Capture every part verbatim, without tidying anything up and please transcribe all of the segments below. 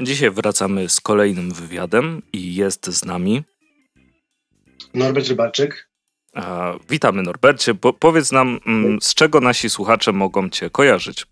Dzisiaj wracamy z kolejnym wywiadem i jest z nami Norbert Rybaczyk. E, witamy Norbercie. Po, powiedz nam, m, z czego nasi słuchacze mogą cię kojarzyć?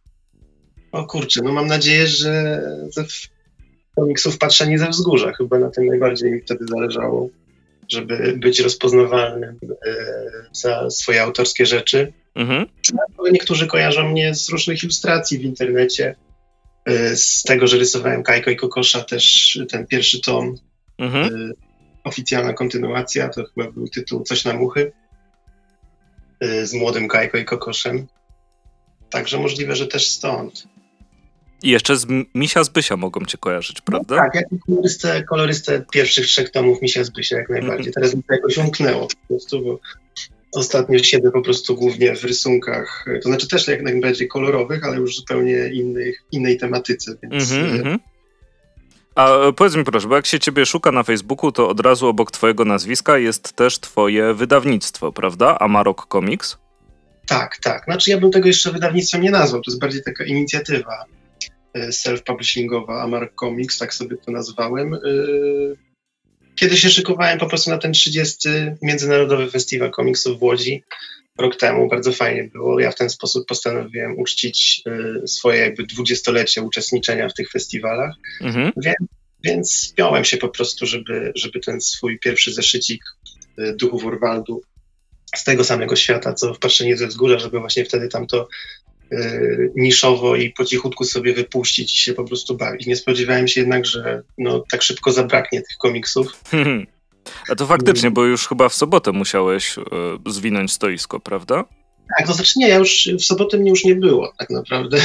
O kurczę, no mam nadzieję, że ze komiksów Patrzenie ze wzgórza. Chyba na tym najbardziej mi wtedy zależało, żeby być rozpoznawalnym e, za swoje autorskie rzeczy. Mhm. Niektórzy kojarzą mnie z różnych ilustracji w internecie, e, z tego, że rysowałem Kajko i Kokosza, też ten pierwszy tom, mhm. e, oficjalna kontynuacja, to chyba był tytuł Coś na muchy, e, z młodym Kajko i Kokoszem. Także możliwe, że też stąd. I jeszcze z Misia Zbysia mogą cię kojarzyć, prawda? No tak, jak kolorystę, kolorystę pierwszych trzech tomów Misia Zbysia jak najbardziej. Teraz mi to jakoś umknęło po prostu, bo ostatnio siedzę po prostu głównie w rysunkach, to znaczy też jak najbardziej kolorowych, ale już zupełnie innych, innej tematyce, więc... Mm-hmm. A powiedz mi proszę, bo jak się ciebie szuka na Facebooku, to od razu obok twojego nazwiska jest też twoje wydawnictwo, prawda? Amarok Comics? Tak, tak. Znaczy ja bym tego jeszcze wydawnictwem nie nazwał, to jest bardziej taka inicjatywa self-publishingowa, Amarok Comics, tak sobie to nazwałem. Kiedy się szykowałem po prostu na ten trzydziesty Międzynarodowy Festiwal Komiksów w Łodzi rok temu, bardzo fajnie było. Ja w ten sposób postanowiłem uczcić swoje jakby dwudziestolecie uczestniczenia w tych festiwalach, mhm. więc, więc spiąłem się po prostu, żeby, żeby ten swój pierwszy zeszycik Duchów Urwaldu z tego samego świata, co w Patrzenie ze wzgórza, żeby właśnie wtedy tam to y, niszowo i po cichutku sobie wypuścić i się po prostu bawić. Nie spodziewałem się jednak, że no, tak szybko zabraknie tych komiksów. A to faktycznie, bo już chyba w sobotę musiałeś y, zwinąć stoisko, prawda? Tak, to znaczy nie, ja już w sobotę mnie już nie było tak naprawdę.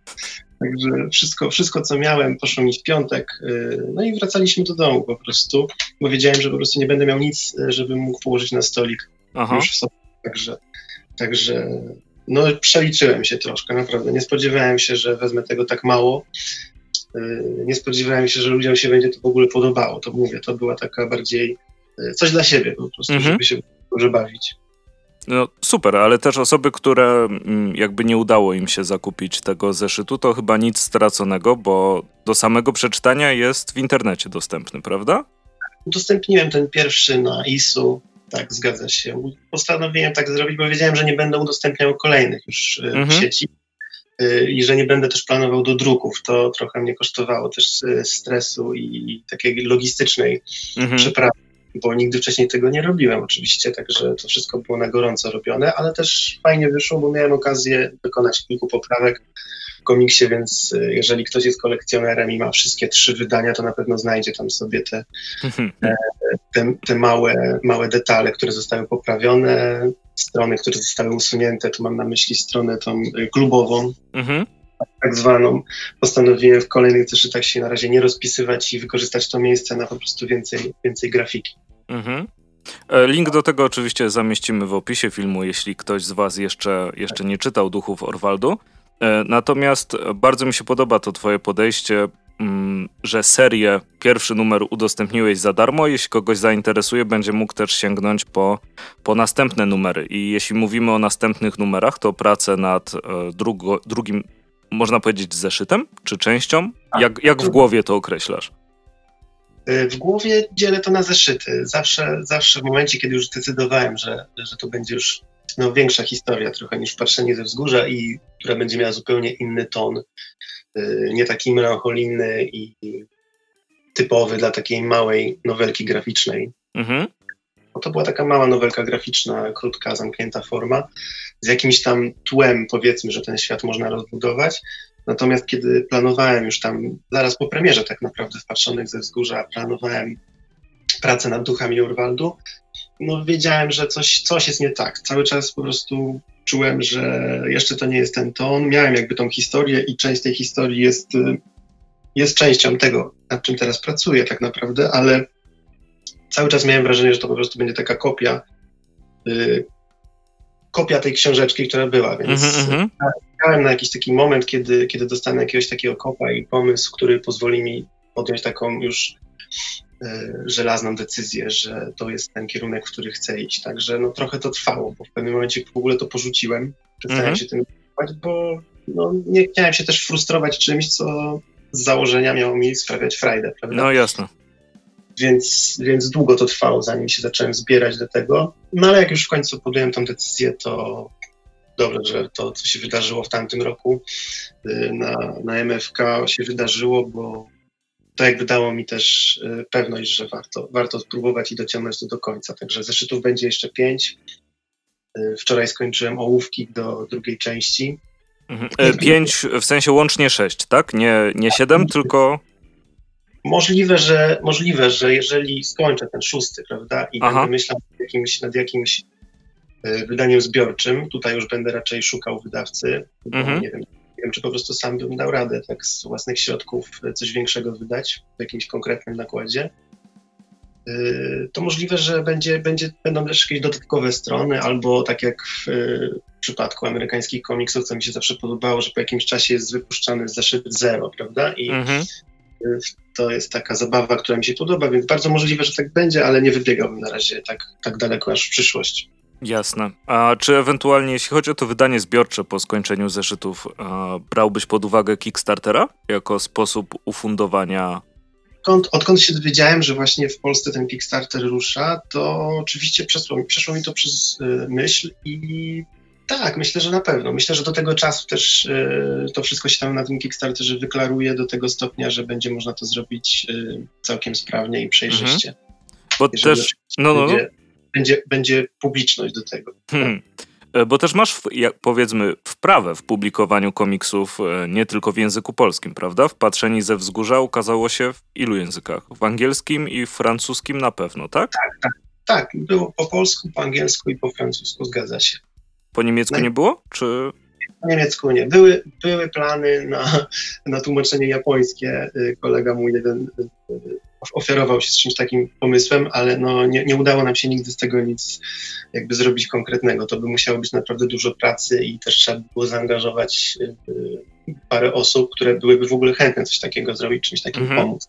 Także wszystko, wszystko, co miałem, poszło mi w piątek. Y, no i wracaliśmy do domu po prostu, bo wiedziałem, że po prostu nie będę miał nic, żebym mógł położyć na stolik. Aha. Już w sobotę. Także, także no przeliczyłem się troszkę, naprawdę. Nie spodziewałem się, że wezmę tego tak mało. Yy, nie spodziewałem się, że ludziom się będzie to w ogóle podobało. To mówię, to była taka bardziej yy, coś dla siebie po prostu, mhm. żeby się dobrze bawić. No super, ale też osoby, które mm, jakby nie udało im się zakupić tego zeszytu, to chyba nic straconego, bo do samego przeczytania jest w internecie dostępny, prawda? Udostępniłem ten pierwszy na isu. Tak, zgadza się. Postanowiłem tak zrobić, bo wiedziałem, że nie będę udostępniał kolejnych już mhm. w sieci y, i że nie będę też planował do druków. To trochę mnie kosztowało też y, stresu i takiej logistycznej mhm. przeprawy, bo nigdy wcześniej tego nie robiłem oczywiście, także to wszystko było na gorąco robione, ale też fajnie wyszło, bo miałem okazję dokonać kilku poprawek w komiksie, więc y, jeżeli ktoś jest kolekcjonerem i ma wszystkie trzy wydania, to na pewno znajdzie tam sobie te, te, te, te małe, małe detale, które zostały poprawione, strony, które zostały usunięte, tu mam na myśli stronę tą klubową, mhm. tak zwaną. Postanowiłem w kolejnych zeszytach się na razie nie rozpisywać i wykorzystać to miejsce na po prostu więcej, więcej grafiki. Mhm. Link do tego oczywiście zamieścimy w opisie filmu, jeśli ktoś z was jeszcze, jeszcze nie czytał Duchów Urwaldu. Natomiast bardzo mi się podoba to twoje podejście, że serię, pierwszy numer udostępniłeś za darmo. Jeśli kogoś zainteresuje, będzie mógł też sięgnąć po, po następne numery. I jeśli mówimy o następnych numerach, to pracę nad drugo, drugim, można powiedzieć, zeszytem czy częścią? Jak, jak w głowie to określasz? W głowie dzielę to na zeszyty. Zawsze, zawsze w momencie, kiedy już zdecydowałem, że, że to będzie już no, większa historia trochę niż Patrzenie ze wzgórza i która będzie miała zupełnie inny ton, nie taki melancholijny i typowy dla takiej małej nowelki graficznej. Mhm. Bo to była taka mała nowelka graficzna, krótka, zamknięta forma, z jakimś tam tłem, powiedzmy, że ten świat można rozbudować. Natomiast kiedy planowałem już tam, zaraz po premierze tak naprawdę w Patrzonych ze wzgórza, planowałem pracę nad Duchami Urwaldu, no wiedziałem, że coś, coś jest nie tak. Cały czas po prostu czułem, że jeszcze to nie jest ten ton. Miałem jakby tą historię i część tej historii jest, jest częścią tego, nad czym teraz pracuję tak naprawdę, ale cały czas miałem wrażenie, że to po prostu będzie taka kopia, yy, kopia tej książeczki, która była, więc mm-hmm. czekałem na jakiś taki moment, kiedy, kiedy dostanę jakiegoś takiego kopa i pomysł, który pozwoli mi podjąć taką już y, żelazną decyzję, że to jest ten kierunek, w który chcę iść. Także no, trochę to trwało, bo w pewnym momencie w ogóle to porzuciłem, przestałem mm-hmm. się tym zajmować, bo no, nie chciałem się też frustrować czymś, co z założenia miało mi sprawiać frajdę, prawda? No jasne. Więc, więc długo to trwało, zanim się zacząłem zbierać do tego. No ale jak już w końcu podjąłem tą decyzję, to dobrze, że to, co się wydarzyło w tamtym roku na, na M F K się wydarzyło, bo to jakby dało mi też pewność, że warto, warto spróbować i dociągnąć to do końca. Także zeszytów będzie jeszcze pięć. Wczoraj skończyłem ołówki do drugiej części. Mhm. E, pięć, w sensie łącznie sześć, tak? Nie, nie siedem, tylko... Możliwe, że, możliwe, że jeżeli skończę ten szósty, prawda, i Aha. będę myślał nad jakimś, nad jakimś y, wydaniem zbiorczym, tutaj już będę raczej szukał wydawcy, bo mhm. nie wiem, nie wiem, czy po prostu sam bym dał radę tak z własnych środków coś większego wydać w jakimś konkretnym nakładzie. Y, to możliwe, że będzie, będzie, będą też jakieś dodatkowe strony, albo tak jak w, y, w przypadku amerykańskich komiksów, co mi się zawsze podobało, że po jakimś czasie jest wypuszczany zeszyt zero, prawda, i mhm. to jest taka zabawa, która mi się podoba, więc bardzo możliwe, że tak będzie, ale nie wybiegałbym na razie tak, tak daleko aż w przyszłość. Jasne. A czy ewentualnie, jeśli chodzi o to wydanie zbiorcze po skończeniu zeszytów, brałbyś pod uwagę Kickstartera jako sposób ufundowania? Odkąd, odkąd się dowiedziałem, że właśnie w Polsce ten Kickstarter rusza, to oczywiście przeszło, przeszło mi to przez y, myśl i tak, myślę, że na pewno. Myślę, że do tego czasu też y, to wszystko się tam na tym Kickstarterze wyklaruje do tego stopnia, że będzie można to zrobić y, całkiem sprawnie i przejrzyście. Mhm. Bo też, no, no, no. Będzie, będzie, będzie publiczność do tego. Hmm. Bo też masz, jak powiedzmy, wprawę w publikowaniu komiksów nie tylko w języku polskim, prawda? Wpatrzeni ze Wzgórza ukazało się w ilu językach? W angielskim i francuskim na pewno, tak? Tak, tak. Tak, było po polsku, po angielsku i po francusku, zgadza się. Po niemiecku no, nie było? Czy... Po niemiecku nie. Były, były plany na, na tłumaczenie japońskie. Kolega mój jeden ofiarował się z czymś takim pomysłem, ale no nie, nie udało nam się nigdy z tego nic jakby zrobić konkretnego. To by musiało być naprawdę dużo pracy i też trzeba by było zaangażować parę osób, które byłyby w ogóle chętne coś takiego zrobić, czymś takim mhm. pomóc.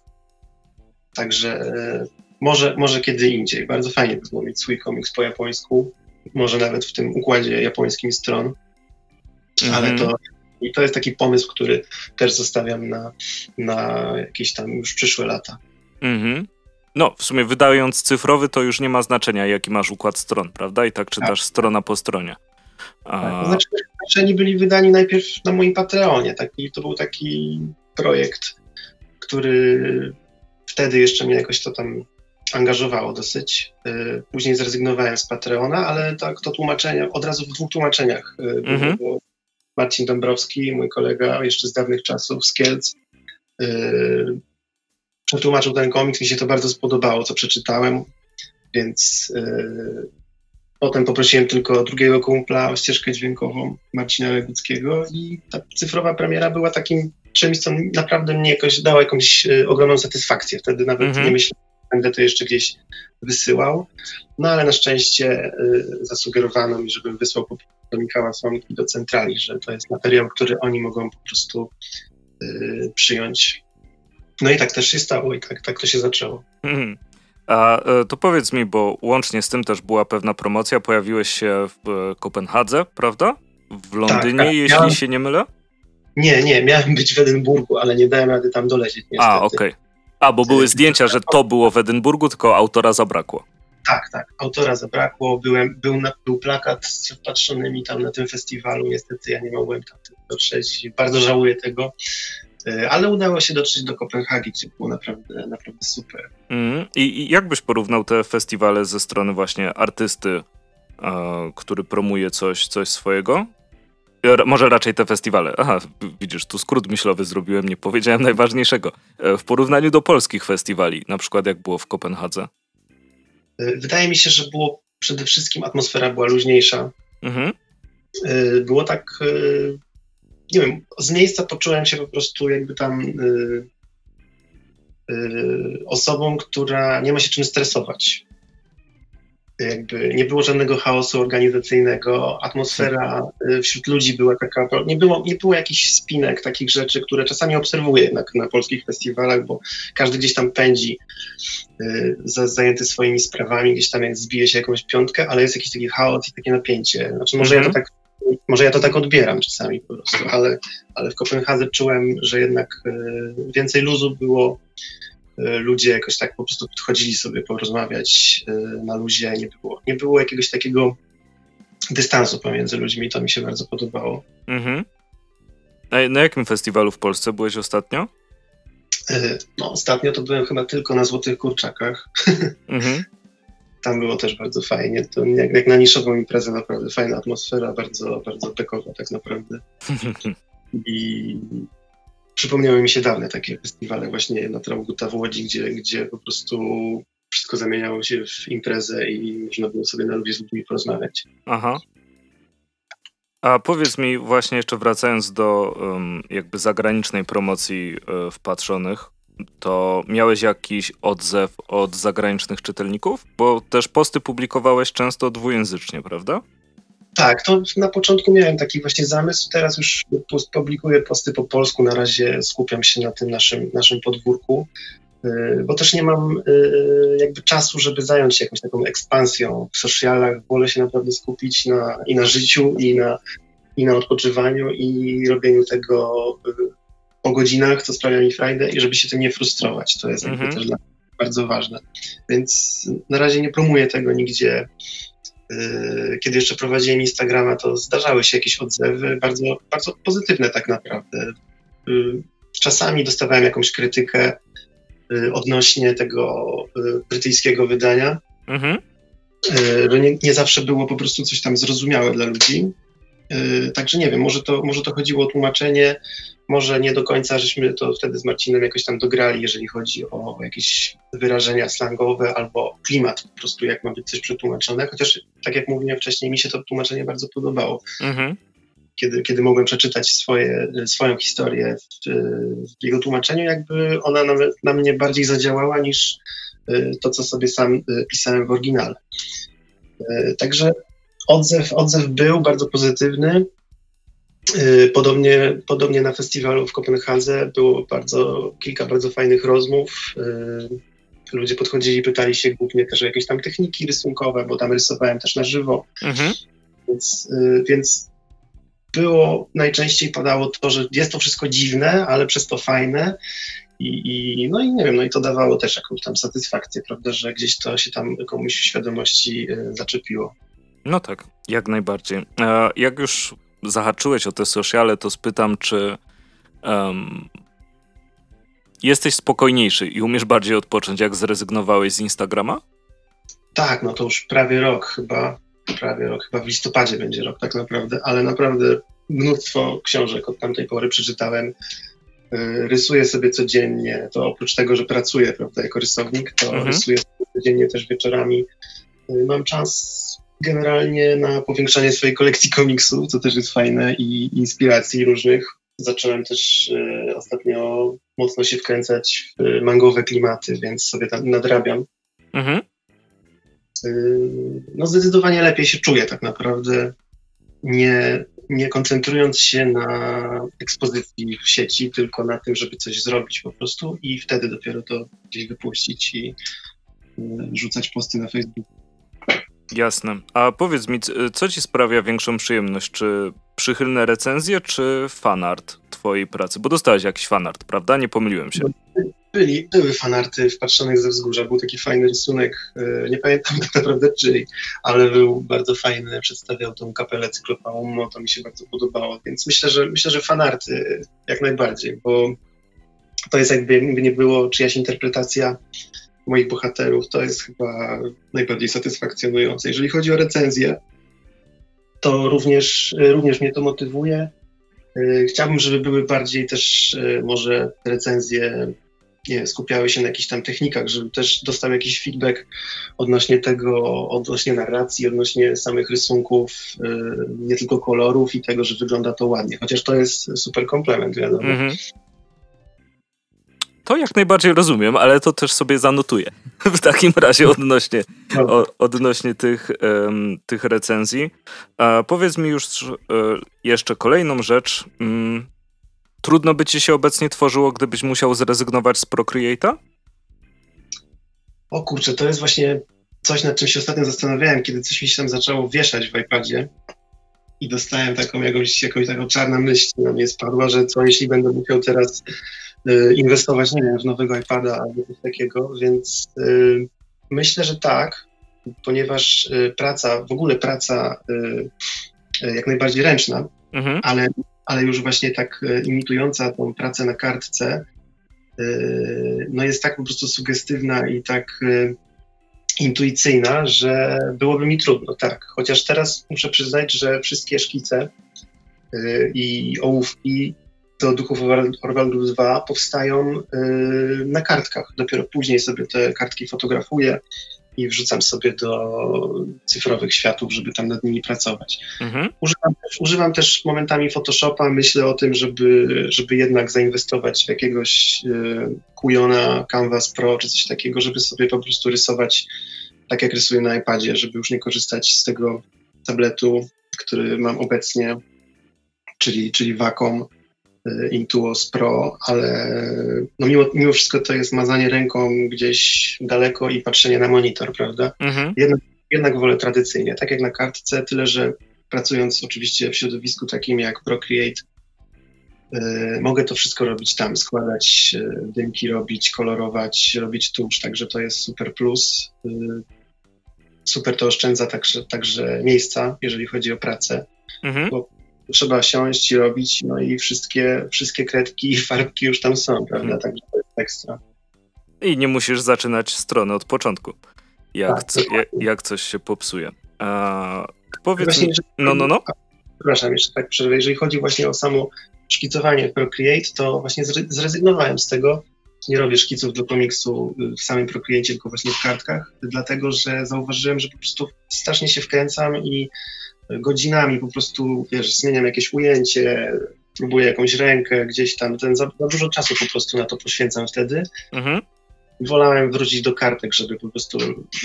Także może, może kiedy indziej. Bardzo fajnie by było mieć swój komiks po japońsku. Może nawet w tym układzie japońskim stron, mm-hmm. ale to, i to jest taki pomysł, który też zostawiam na, na jakieś tam już przyszłe lata. Mm-hmm. No, w sumie wydając cyfrowy, to już nie ma znaczenia, jaki masz układ stron, prawda? I tak czytasz tak. strona po stronie. A... Tak, to znaczy, że oni byli wydani najpierw na moim Patreonie. Taki, to był taki projekt, który wtedy jeszcze mnie jakoś to tam angażowało dosyć. Później zrezygnowałem z Patreona, ale tak to tłumaczenie, od razu w dwóch tłumaczeniach mm-hmm. było. Marcin Dąbrowski, mój kolega jeszcze z dawnych czasów z Kielc, yy, przetłumaczył ten komiks, mi się to bardzo spodobało, co przeczytałem, więc yy, potem poprosiłem tylko drugiego kumpla o ścieżkę dźwiękową, Marcina Leguckiego, i ta cyfrowa premiera była takim czymś, co naprawdę mnie jakoś dało jakąś yy, ogromną satysfakcję. Wtedy nawet mm-hmm. nie myślałem, będę to jeszcze gdzieś wysyłał. No ale na szczęście y, zasugerowano mi, żebym wysłał po do Michała Słomki do centrali, że to jest materiał, który oni mogą po prostu y, przyjąć. No i tak też się stało i tak, tak to się zaczęło. Hmm. A y, to powiedz mi, bo łącznie z tym też była pewna promocja, pojawiłeś się w y, Kopenhadze, prawda? W Londynie, tak, tak. jeśli miałem... się nie mylę? Nie, nie, miałem być w Edynburgu, ale nie dałem rady tam dolecieć niestety. A, okej. Okay. A, bo były zdjęcia, że to było w Edynburgu, tylko autora zabrakło. Tak, tak, autora zabrakło. Byłem, był, na, był plakat z wpatrzonymi tam na tym festiwalu. Niestety ja nie mogłem tam dotrzeć. Bardzo żałuję tego. Ale udało się dotrzeć do Kopenhagi, gdzie było naprawdę, naprawdę super. Mm, i, I jak byś porównał te festiwale ze strony właśnie artysty, e, który promuje coś, coś swojego? Może raczej te festiwale. Aha, widzisz, tu skrót myślowy zrobiłem, nie powiedziałem najważniejszego. W porównaniu do polskich festiwali, na przykład jak było w Kopenhadze? Wydaje mi się, że było przede wszystkim atmosfera była luźniejsza. Mhm. Było tak, nie wiem, z miejsca poczułem się po prostu jakby tam osobą, która nie ma się czym stresować. Jakby nie było żadnego chaosu organizacyjnego, atmosfera wśród ludzi była taka, nie było, nie było jakichś spinek, takich rzeczy, które czasami obserwuję jednak na polskich festiwalach, bo każdy gdzieś tam pędzi y, zajęty swoimi sprawami, gdzieś tam jak zbije się jakąś piątkę, ale jest jakiś taki chaos i takie napięcie. Znaczy może mm-hmm. ja to tak może ja to tak odbieram czasami po prostu, ale, ale w Kopenhadze czułem, że jednak y, więcej luzu było, y, ludzie jakoś tak po prostu podchodzili sobie porozmawiać y, na luzie, nie było, nie było jakiegoś takiego dystansu pomiędzy ludźmi, to mi się bardzo podobało. Mhm. A na jakim festiwalu w Polsce byłeś ostatnio? Y, no ostatnio to byłem chyba tylko na Złotych Kurczakach. Mhm. Tam było też bardzo fajnie. To jak, jak na niszową imprezę naprawdę fajna atmosfera, bardzo, bardzo pekowa tak naprawdę. I przypomniały mi się dawne takie festiwale właśnie na Traugutta w Łodzi, gdzie, gdzie po prostu wszystko zamieniało się w imprezę i można było sobie na ludzie z ludźmi porozmawiać. Aha. A powiedz mi właśnie jeszcze wracając do um, jakby zagranicznej promocji y, wpatrzonych, to miałeś jakiś odzew od zagranicznych czytelników? Bo też posty publikowałeś często dwujęzycznie, prawda? Tak, to na początku miałem taki właśnie zamysł, teraz już publikuję posty po polsku, na razie skupiam się na tym naszym, naszym podwórku, bo też nie mam jakby czasu, żeby zająć się jakąś taką ekspansją w socialach, wolę się naprawdę skupić na, i na życiu, i na, i na odpoczywaniu, i robieniu tego po godzinach, co sprawia mi frajdę i żeby się tym nie frustrować. To jest jakby mm-hmm. też dla mnie bardzo ważne. Więc na razie nie promuję tego nigdzie. Kiedy jeszcze prowadziłem Instagrama, to zdarzały się jakieś odzewy, bardzo, bardzo pozytywne tak naprawdę. Czasami dostawałem jakąś krytykę odnośnie tego brytyjskiego wydania, mm-hmm. że nie, nie zawsze było po prostu coś tam zrozumiałe dla ludzi. Także nie wiem, może to, może to chodziło o tłumaczenie, może nie do końca żeśmy to wtedy z Marcinem jakoś tam dograli, jeżeli chodzi o jakieś wyrażenia slangowe albo klimat po prostu, jak ma być coś przetłumaczone, chociaż tak jak mówiłem wcześniej, mi się to tłumaczenie bardzo podobało. Mhm. Kiedy, kiedy mogłem przeczytać swoje, swoją historię w, w jego tłumaczeniu, jakby ona na, na mnie bardziej zadziałała niż to, co sobie sam pisałem w oryginale. Także Odzew, odzew był bardzo pozytywny. Podobnie, podobnie na festiwalu w Kopenhadze było bardzo, kilka bardzo fajnych rozmów. Ludzie podchodzili, pytali się głównie też o jakieś tam techniki rysunkowe, bo tam rysowałem też na żywo. Mhm. Więc, więc było, najczęściej padało to, że jest to wszystko dziwne, ale przez to fajne. I, i, no i nie wiem, no i to dawało też jakąś tam satysfakcję, prawda, że gdzieś to się tam komuś w świadomości zaczepiło. No tak, jak najbardziej. E, jak już zahaczyłeś o te sociale, to spytam, czy um, jesteś spokojniejszy i umiesz bardziej odpocząć, jak zrezygnowałeś z Instagrama? Tak, no to już prawie rok chyba, prawie rok, chyba w listopadzie będzie rok tak naprawdę, ale naprawdę mnóstwo książek od tamtej pory przeczytałem. Yy, rysuję sobie codziennie, to oprócz tego, że pracuję, prawda, jako rysownik, to mhm. rysuję sobie codziennie też wieczorami. Yy, mam czas generalnie na powiększanie swojej kolekcji komiksów, co też jest fajne, i inspiracji różnych. Zacząłem też y, ostatnio mocno się wkręcać w mangowe klimaty, więc sobie tam nadrabiam. Mhm. Y, no zdecydowanie lepiej się czuję tak naprawdę, nie, nie koncentrując się na ekspozycji w sieci, tylko na tym, żeby coś zrobić po prostu i wtedy dopiero to gdzieś wypuścić i y, rzucać posty na Facebooku. Jasne. A powiedz mi, co ci sprawia większą przyjemność? Czy przychylne recenzje, czy fanart twojej pracy? Bo dostałeś jakiś fanart, prawda? Nie pomyliłem się. Byli, były fanarty wpatrzonych ze wzgórza. Był taki fajny rysunek, nie pamiętam tak naprawdę czyj, ale był bardzo fajny, przedstawiał tą kapelę Cyklopału, no to mi się bardzo podobało, więc myślę, że myślę, że fanarty jak najbardziej, bo to jest jakby nie było czyjaś interpretacja moich bohaterów, to jest chyba najbardziej satysfakcjonujące. Jeżeli chodzi o recenzję, to również, również mnie to motywuje. Chciałbym, żeby były bardziej też może recenzje, nie, skupiały się na jakichś tam technikach, żeby też dostał jakiś feedback odnośnie tego, odnośnie narracji, odnośnie samych rysunków, nie tylko kolorów i tego, że wygląda to ładnie. Chociaż to jest super komplement, wiadomo. Mm-hmm. To jak najbardziej rozumiem, ale to też sobie zanotuję w takim razie odnośnie, o, odnośnie tych, um, tych recenzji. A powiedz mi już um, jeszcze kolejną rzecz. Um, trudno by ci się obecnie tworzyło, gdybyś musiał zrezygnować z Procreate'a? O kurczę, to jest właśnie coś, nad czym się ostatnio zastanawiałem, kiedy coś mi się tam zaczęło wieszać w iPadzie. i dostałem taką jakąś, jakąś taką czarną myśl na mnie spadła, że co jeśli będę musiał teraz y, inwestować, nie wiem, w nowego iPada albo coś takiego, więc y, myślę, że tak, ponieważ y, praca, w ogóle praca y, y, jak najbardziej ręczna, mhm. ale, ale już właśnie tak y, imitująca tą pracę na kartce, y, no jest tak po prostu sugestywna i tak y, intuicyjna, że byłoby mi trudno, tak. Chociaż teraz muszę przyznać, że wszystkie szkice yy, i ołówki do Duchów Orwaldu dwa powstają yy, na kartkach. Dopiero później sobie te kartki fotografuję i wrzucam sobie do cyfrowych światów, żeby tam nad nimi pracować. Mhm. Używam, też, używam też momentami Photoshopa, myślę o tym, żeby, żeby jednak zainwestować w jakiegoś y, Kujona, Canvas Pro czy coś takiego, żeby sobie po prostu rysować tak jak rysuję na iPadzie, żeby już nie korzystać z tego tabletu, który mam obecnie, czyli, czyli Wacom y, Intuos Pro, ale no mimo, mimo wszystko to jest mazanie ręką gdzieś daleko i patrzenie na monitor, prawda? Mhm. Jednak, jednak wolę tradycyjnie, tak jak na kartce, tyle że pracując oczywiście w środowisku takim jak Procreate, y, mogę to wszystko robić tam, składać y, dymki, robić, kolorować, robić tusz, także to jest super plus. Y, super to oszczędza także, także miejsca, jeżeli chodzi o pracę, mhm. bo trzeba siąść i robić, no i wszystkie, wszystkie kredki i farbki już tam są, prawda, mhm. także to jest ekstra. I nie musisz zaczynać strony od początku, jak, tak, co, jak, jak coś się popsuje. A, powiedz właśnie, mi... No, no, no. A, przepraszam, jeszcze tak przerwę. Jeżeli chodzi właśnie o samo szkicowanie w Procreate, to właśnie zrezygnowałem z tego. Nie robię szkiców do komiksu w samym Procreate, tylko właśnie w kartkach, dlatego że zauważyłem, że po prostu strasznie się wkręcam i godzinami po prostu, wiesz, zmieniam jakieś ujęcie, próbuję jakąś rękę gdzieś tam, ten, za, za dużo czasu po prostu na to poświęcam wtedy. Mhm. Wolałem wrócić do kartek, żeby po prostu,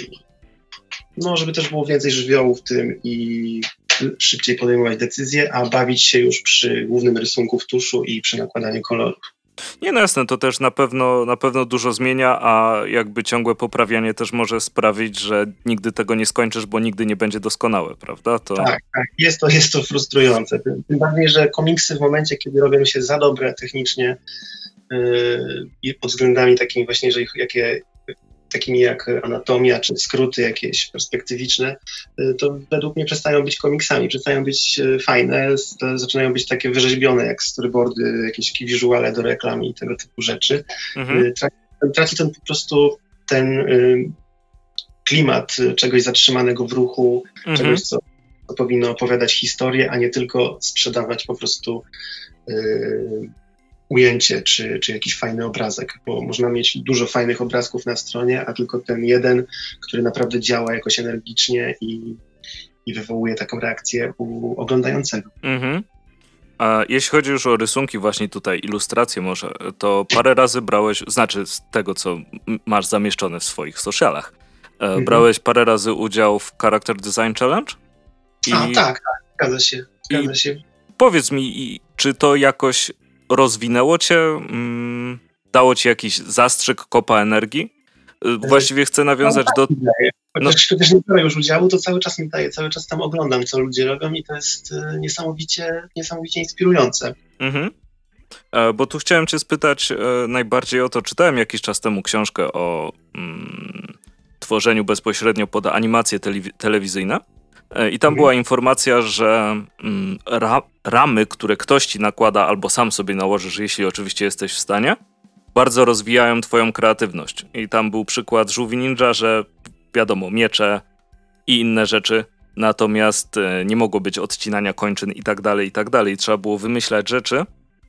no, żeby też było więcej żywiołu w tym i szybciej podejmować decyzje, a bawić się już przy głównym rysunku w tuszu i przy nakładaniu kolorów. Nie, no jasne, to też na pewno, na pewno dużo zmienia, a jakby ciągłe poprawianie też może sprawić, że nigdy tego nie skończysz, bo nigdy nie będzie doskonałe, prawda? To... Tak, tak, jest to, jest to frustrujące. Tym bardziej, że komiksy w momencie, kiedy robią się za dobre technicznie yy, i pod względami takimi właśnie, że ich, jakie, takimi jak anatomia czy skróty jakieś perspektywiczne, yy, to według mnie przestają być komiksami, przestają być yy, fajne, to zaczynają być takie wyrzeźbione jak storyboardy, jakieś wizuale do reklam i tego typu rzeczy. Mhm. Yy, traci, traci ten po prostu ten yy, klimat czegoś zatrzymanego w ruchu, mhm. czegoś, co, co powinno opowiadać historię, a nie tylko sprzedawać po prostu yy, ujęcie czy, czy jakiś fajny obrazek, bo można mieć dużo fajnych obrazków na stronie, a tylko ten jeden, który naprawdę działa jakoś energicznie i, i wywołuje taką reakcję u oglądającego. Mhm. A jeśli chodzi już o rysunki, właśnie tutaj ilustracje może, to parę razy brałeś, znaczy z tego, co masz zamieszczone w swoich socialach, mhm. brałeś parę razy udział w Character Design Challenge? I, a, tak, tak, zgadza się, zgadza się. Powiedz mi, czy to jakoś rozwinęło cię, mm, dało ci jakiś zastrzyk, kopa energii? Właściwie chcę nawiązać no, tak, do... Chociaż no. też nie biorę już udziału, to cały czas mi daje, cały czas tam oglądam, co ludzie robią i to jest y, niesamowicie, niesamowicie inspirujące. Mhm. E, bo tu chciałem cię spytać e, najbardziej o to, czytałem jakiś czas temu książkę o mm, tworzeniu bezpośrednio pod animacje telewi- telewizyjne e, i tam mhm. była informacja, że mm, ra- ramy, które ktoś ci nakłada albo sam sobie nałożysz, jeśli oczywiście jesteś w stanie, bardzo rozwijają twoją kreatywność. I tam był przykład Żółwi Ninja, że wiadomo, miecze i inne rzeczy, natomiast nie mogło być odcinania kończyn i tak dalej, i tak dalej. Trzeba było wymyślać rzeczy.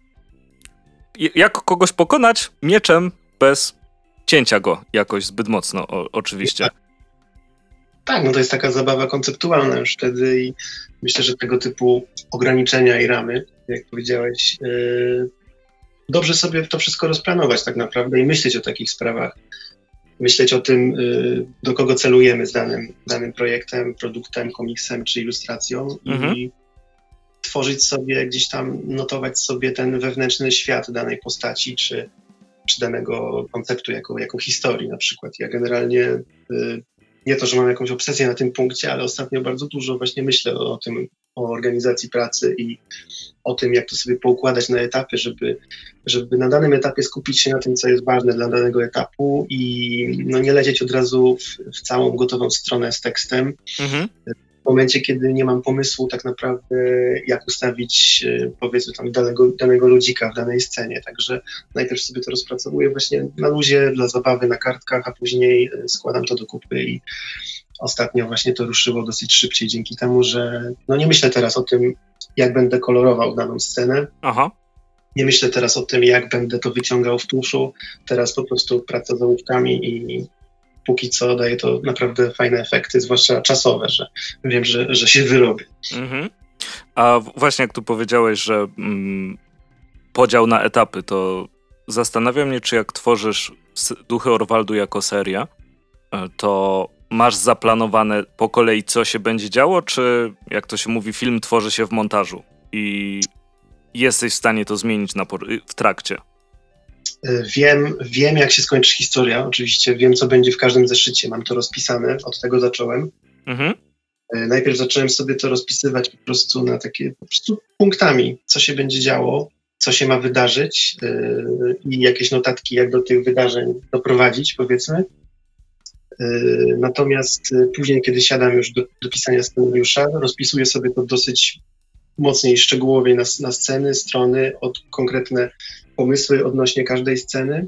Jak kogoś pokonać mieczem bez cięcia go jakoś zbyt mocno, o, oczywiście. Tak, no to jest taka zabawa konceptualna już wtedy i myślę, że tego typu ograniczenia i ramy, jak powiedziałeś, yy, dobrze sobie to wszystko rozplanować tak naprawdę i myśleć o takich sprawach. Myśleć o tym, do kogo celujemy z danym, danym projektem, produktem, komiksem czy ilustracją mhm. i tworzyć sobie, gdzieś tam notować sobie ten wewnętrzny świat danej postaci czy, czy danego konceptu jako, jako historii na przykład. Ja generalnie nie to, że mam jakąś obsesję na tym punkcie, ale ostatnio bardzo dużo właśnie myślę o tym, o organizacji pracy i o tym, jak to sobie poukładać na etapy, żeby, żeby na danym etapie skupić się na tym, co jest ważne dla danego etapu i no, nie lecieć od razu w, w całą gotową stronę z tekstem. Mhm. W momencie, kiedy nie mam pomysłu tak naprawdę, jak ustawić, powiedzmy tam danego, danego ludzika w danej scenie. Także najpierw sobie to rozpracowuję właśnie na luzie, dla zabawy, na kartkach, a później składam to do kupy i ostatnio właśnie to ruszyło dosyć szybciej dzięki temu, że no nie myślę teraz o tym, jak będę kolorował daną scenę. Aha. Nie myślę teraz o tym, jak będę to wyciągał w tuszu. Teraz po prostu praca z ołówkami i póki co daje to naprawdę fajne efekty, zwłaszcza czasowe, że wiem, że, że się wyrobię. Mhm. A właśnie jak tu powiedziałeś, że mm, podział na etapy, to zastanawia mnie, czy jak tworzysz Duchy Orwaldu jako seria, to masz zaplanowane po kolei, co się będzie działo, czy jak to się mówi, film tworzy się w montażu i jesteś w stanie to zmienić na por- w trakcie? Wiem, wiem, jak się skończy historia. Oczywiście wiem, co będzie w każdym zeszycie. Mam to rozpisane, od tego zacząłem. Mhm. Najpierw zacząłem sobie to rozpisywać po prostu na takie po prostu punktami, co się będzie działo, co się ma wydarzyć yy, i jakieś notatki, jak do tych wydarzeń doprowadzić, powiedzmy. Yy, natomiast yy, później, kiedy siadam już do, do pisania scenariusza, rozpisuję sobie to dosyć mocniej, szczegółowiej na, na sceny, strony, od konkretne pomysły odnośnie każdej sceny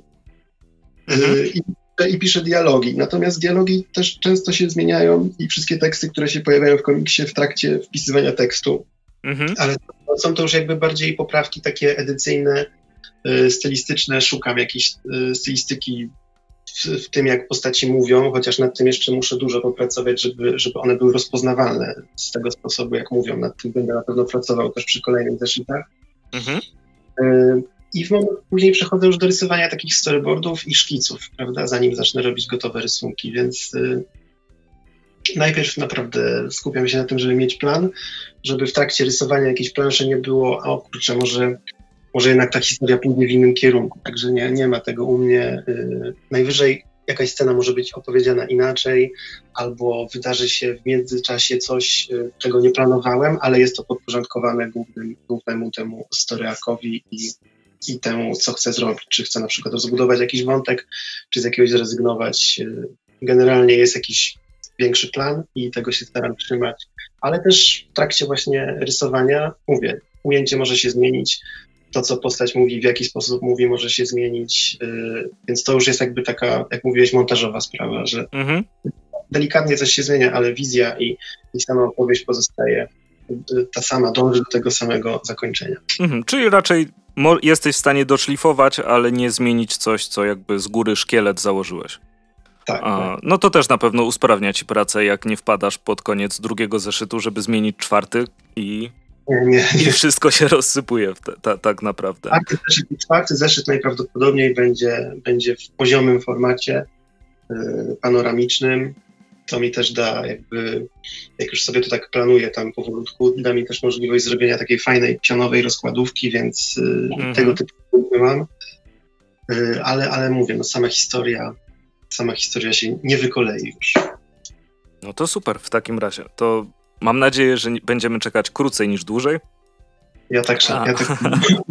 mhm. yy, i, i piszę dialogi. Natomiast dialogi też często się zmieniają i wszystkie teksty, które się pojawiają w komiksie w trakcie wpisywania tekstu. Mhm. Ale są to już jakby bardziej poprawki takie edycyjne, yy, stylistyczne. Szukam jakiejś yy, stylistyki w, w tym, jak postaci mówią, chociaż nad tym jeszcze muszę dużo popracować, żeby, żeby one były rozpoznawalne z tego sposobu, jak mówią. Nad tym będę na pewno pracował też przy kolejnych zeszytach. Mhm. Yy, I w moment później przechodzę już do rysowania takich storyboardów i szkiców, prawda, zanim zacznę robić gotowe rysunki, więc yy, najpierw naprawdę skupiam się na tym, żeby mieć plan, żeby w trakcie rysowania jakiejś planszy nie było, a o kurczę, może, może jednak ta historia pójdzie w innym kierunku, także nie, nie ma tego u mnie. Yy, najwyżej jakaś scena może być opowiedziana inaczej, albo wydarzy się w międzyczasie coś, yy, czego nie planowałem, ale jest to podporządkowane głównym, głównemu temu story arcowi i i temu, co chcę zrobić. Czy chcę na przykład rozbudować jakiś wątek, czy z jakiegoś zrezygnować. Generalnie jest jakiś większy plan i tego się staram trzymać. Ale też w trakcie właśnie rysowania, mówię, ujęcie może się zmienić, to, co postać mówi, w jaki sposób mówi, może się zmienić, yy, więc to już jest jakby taka, jak mówiłeś, montażowa sprawa, że mhm. delikatnie coś się zmienia, ale wizja i, i sama opowieść pozostaje ta sama, dąży do tego samego zakończenia. Mhm, czyli raczej mo- jesteś w stanie doszlifować, ale nie zmienić coś, co jakby z góry szkielet założyłeś. Tak, A, tak. No to też na pewno usprawnia ci pracę, jak nie wpadasz pod koniec drugiego zeszytu, żeby zmienić czwarty i, nie, nie, nie. i wszystko się rozsypuje w te, ta, tak naprawdę. Czwarty zeszyt, czwarty zeszyt najprawdopodobniej będzie, będzie w poziomym formacie yy, panoramicznym. To mi też da jakby, jak już sobie to tak planuję tam powolutku, da mi też możliwość zrobienia takiej fajnej, pionowej rozkładówki, więc yy, mm-hmm. tego typu mam. Yy, ale, ale mówię, no sama historia, sama historia się nie wykolei już. No to super w takim razie. To mam nadzieję, że będziemy czekać krócej niż dłużej. Ja tak szan, ja tak...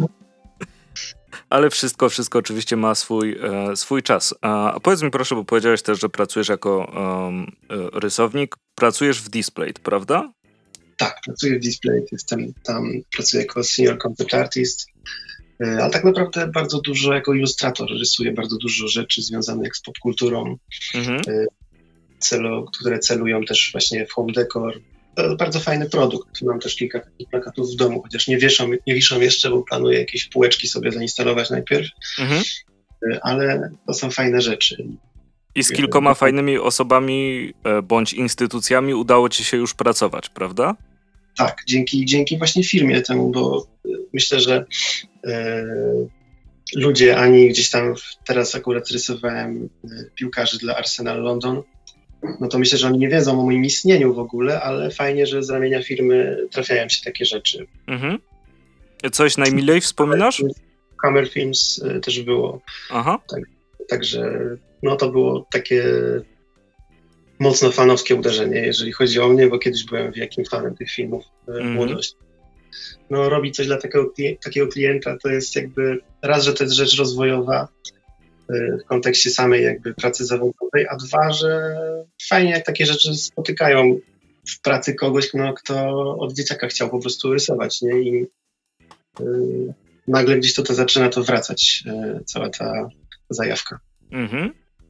Ale wszystko, wszystko oczywiście ma swój, e, swój czas. A, a powiedz mi proszę, bo powiedziałeś też, że pracujesz jako um, rysownik. Pracujesz w Displayed, prawda? Tak, pracuję w Displayed. Jestem tam, pracuję jako senior concept artist. E, ale tak naprawdę bardzo dużo jako ilustrator rysuję bardzo dużo rzeczy związanych z popkulturą, mhm. e, celo, które celują też właśnie w home decor. To bardzo fajny produkt. Mam też kilka takich plakatów w domu, chociaż nie wieszą, nie wiszą jeszcze, bo planuję jakieś półeczki sobie zainstalować najpierw, mhm. ale to są fajne rzeczy. I z kilkoma fajnymi osobami bądź instytucjami udało ci się już pracować, prawda? Tak, dzięki, dzięki właśnie firmie temu, bo myślę, że e, ludzie, ani gdzieś tam teraz akurat rysowałem piłkarzy dla Arsenal London, no to myślę, że oni nie wiedzą o moim istnieniu w ogóle, ale fajnie, że z ramienia firmy trafiają się takie rzeczy. Mhm. Coś najmilej wspominasz? Hammer Films też było. Aha. Tak, także no to było takie mocno fanowskie uderzenie, jeżeli chodzi o mnie, bo kiedyś byłem wielkim fanem tych filmów w Mhm. młodości. No robić coś dla takiego, kli- takiego klienta to jest jakby, raz, że to jest rzecz rozwojowa y, w kontekście samej jakby pracy zawodowej, a dwa, że fajnie jak takie rzeczy spotykają w pracy kogoś, no, kto od dzieciaka chciał po prostu rysować, nie? I y, nagle gdzieś to, to zaczyna to wracać, y, cała ta zajawka. Mhm.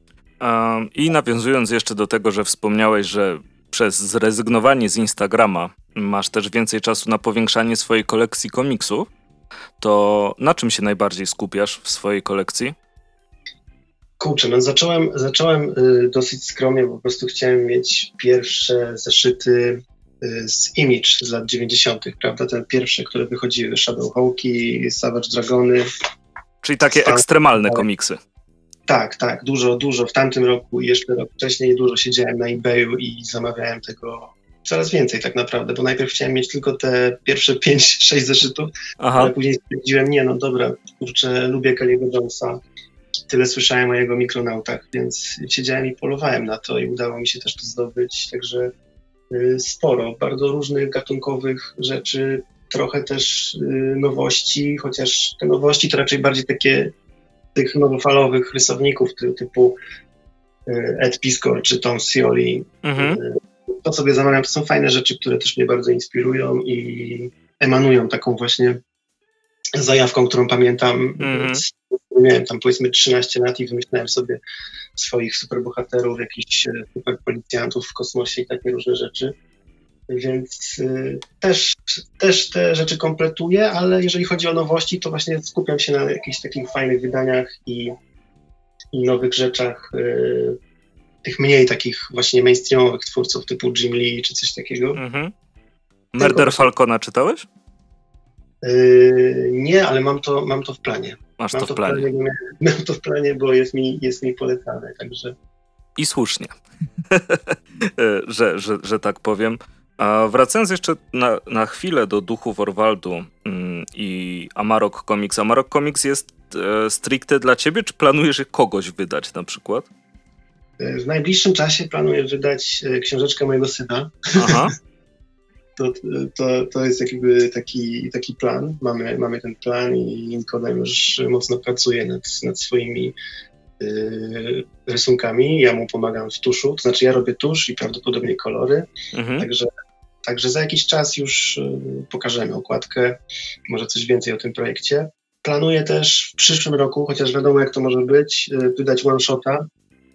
Um, I nawiązując jeszcze do tego, że wspomniałeś, że przez zrezygnowanie z Instagrama masz też więcej czasu na powiększanie swojej kolekcji komiksów, to na czym się najbardziej skupiasz w swojej kolekcji? Kurczę, no zacząłem, zacząłem y, dosyć skromnie, po prostu chciałem mieć pierwsze zeszyty y, z Image z lat dziewięćdziesiątych, prawda? Te pierwsze, które wychodziły, Shadowhawki, Savage Dragony. Czyli takie Stan- ekstremalne komiksy. Tak, tak, dużo, dużo. W tamtym roku i jeszcze rok wcześniej dużo siedziałem na eBayu i zamawiałem tego coraz więcej tak naprawdę, bo najpierw chciałem mieć tylko te pierwsze pięć sześć zeszytów, Aha. ale później stwierdziłem, nie no dobra, kurczę, lubię Kelly'ego Jonesa, tyle słyszałem o jego mikronautach, więc siedziałem i polowałem na to i udało mi się też to zdobyć, także y, sporo, bardzo różnych gatunkowych rzeczy, trochę też y, nowości, chociaż te nowości to raczej bardziej takie tych nowofalowych rysowników ty, typu y, Ed Piskor czy Tom Scioli. Mhm. Y, to sobie zamawiam, to są fajne rzeczy, które też mnie bardzo inspirują i emanują taką właśnie zajawką, którą pamiętam. Mhm. Miałem tam powiedzmy trzynaście lat i wymyślałem sobie swoich superbohaterów, jakichś super policjantów w kosmosie i takie różne rzeczy. Więc y, też, też te rzeczy kompletuję, ale jeżeli chodzi o nowości, to właśnie skupiam się na jakichś takich fajnych wydaniach i, i nowych rzeczach, y, tych mniej takich właśnie mainstreamowych twórców typu Jim Lee czy coś takiego. Mhm. Murder Falcona czytałeś? Y, nie, ale mam to, mam to w planie. Masz Mam to w planie. bo miałem- Mam to w planie, bo jest mi, jest mi polecane, także... I słusznie, że, że, że tak powiem. A wracając jeszcze na, na chwilę do Duchów Orwaldu mm, i Amarok Comics. Amarok Comics jest e, stricte dla ciebie, czy planujesz kogoś wydać na przykład? W najbliższym czasie planuję wydać e, książeczkę mojego syna. Aha. To, to, to jest jakby taki, taki plan. Mamy, mamy ten plan i Nikodem już mocno pracuje nad, nad swoimi y, rysunkami. Ja mu pomagam w tuszu, to znaczy ja robię tusz i prawdopodobnie kolory. Mhm. Także, także za jakiś czas już y, pokażemy okładkę, może coś więcej o tym projekcie. Planuję też w przyszłym roku, chociaż wiadomo jak to może być, y, wydać one-shota.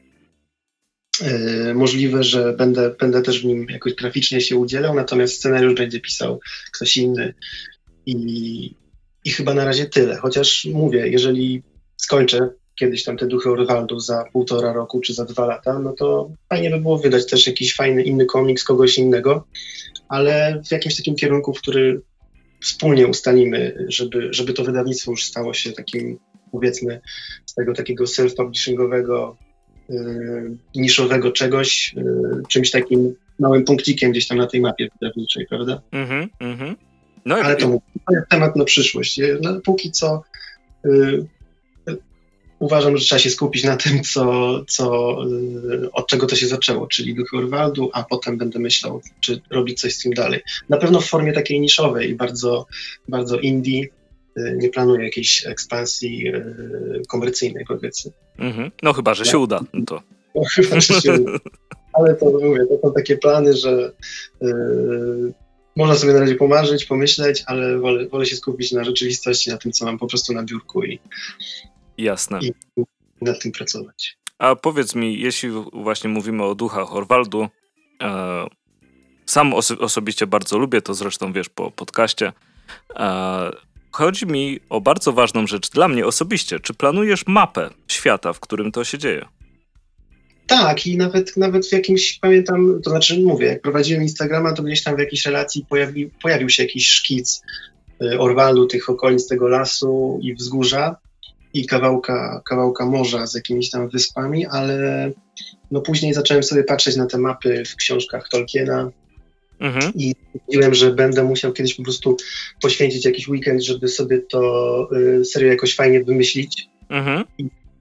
Yy, możliwe, że będę, będę też w nim jakoś graficznie się udzielał, natomiast scenariusz będzie pisał ktoś inny i, i chyba na razie tyle. Chociaż mówię, jeżeli skończę kiedyś tam te Duchy Orwaldu za półtora roku czy za dwa lata, no to fajnie by było wydać też jakiś fajny inny komiks kogoś innego, ale w jakimś takim kierunku, w który wspólnie ustalimy, żeby, żeby to wydawnictwo już stało się takim, powiedzmy, z tego takiego self-publishingowego Yy, niszowego czegoś, yy, czymś takim małym punkcikiem gdzieś tam na tej mapie wydawniczej, prawda? Mhm, mhm. No, Ale i- to, mówię, to jest temat na przyszłość. No, póki co yy, uważam, że trzeba się skupić na tym, co, co, yy, od czego to się zaczęło, czyli Duchy Orwaldu, a potem będę myślał, czy robić coś z tym dalej. Na pewno w formie takiej niszowej i bardzo, bardzo indie. Yy, nie planuję jakiejś ekspansji yy, komercyjnej, powiedzmy. mhm. No chyba, że się uda. No to. No, chyba, że się uda. Ale to mówię, to są takie plany, że yy, można sobie na razie pomarzyć, pomyśleć, ale wolę, wolę się skupić na rzeczywistości, na tym, co mam po prostu na biurku i, Jasne. i nad tym pracować. A powiedz mi, jeśli właśnie mówimy o Duchach Orwaldu, e, sam oso- osobiście bardzo lubię, to zresztą wiesz po podcaście, e, chodzi mi o bardzo ważną rzecz dla mnie osobiście. Czy planujesz mapę świata, w którym to się dzieje? Tak, i nawet, nawet w jakimś, pamiętam, to znaczy mówię, jak prowadziłem Instagrama, to gdzieś tam w jakiejś relacji pojawi, pojawił się jakiś szkic y, Orwaldu, tych okolic tego lasu i wzgórza i kawałka, kawałka morza z jakimiś tam wyspami, ale no później zacząłem sobie patrzeć na te mapy w książkach Tolkiena Mhm. i stwierdziłem, że będę musiał kiedyś po prostu poświęcić jakiś weekend, żeby sobie to y, serio jakoś fajnie wymyślić. Mhm.